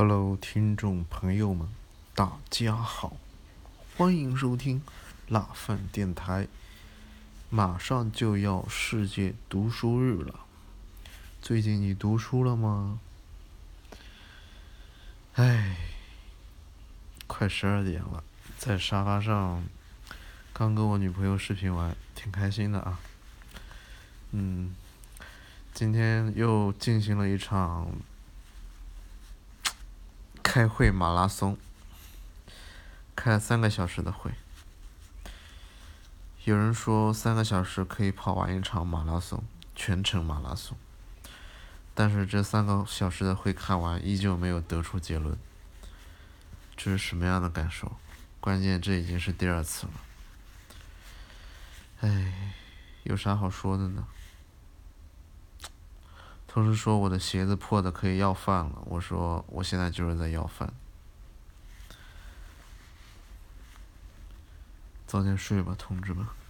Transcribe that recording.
Hello，听众朋友们，大家好，欢迎收听辣饭电台。马上就要世界读书日了，最近你读书了吗？快12点了，在沙发上刚跟我女朋友视频完，挺开心的啊。今天又进行了一场开会马拉松，开了3个小时的会。有人说3个小时可以跑完一场马拉松，全程马拉松。但是这3个小时的会看完，依旧没有得出结论。这是什么样的感受？关键这已经是第2次了。有啥好说的呢？同事说我的鞋子破的可以要饭了，我说我现在就是在要饭。早点睡吧，同志们。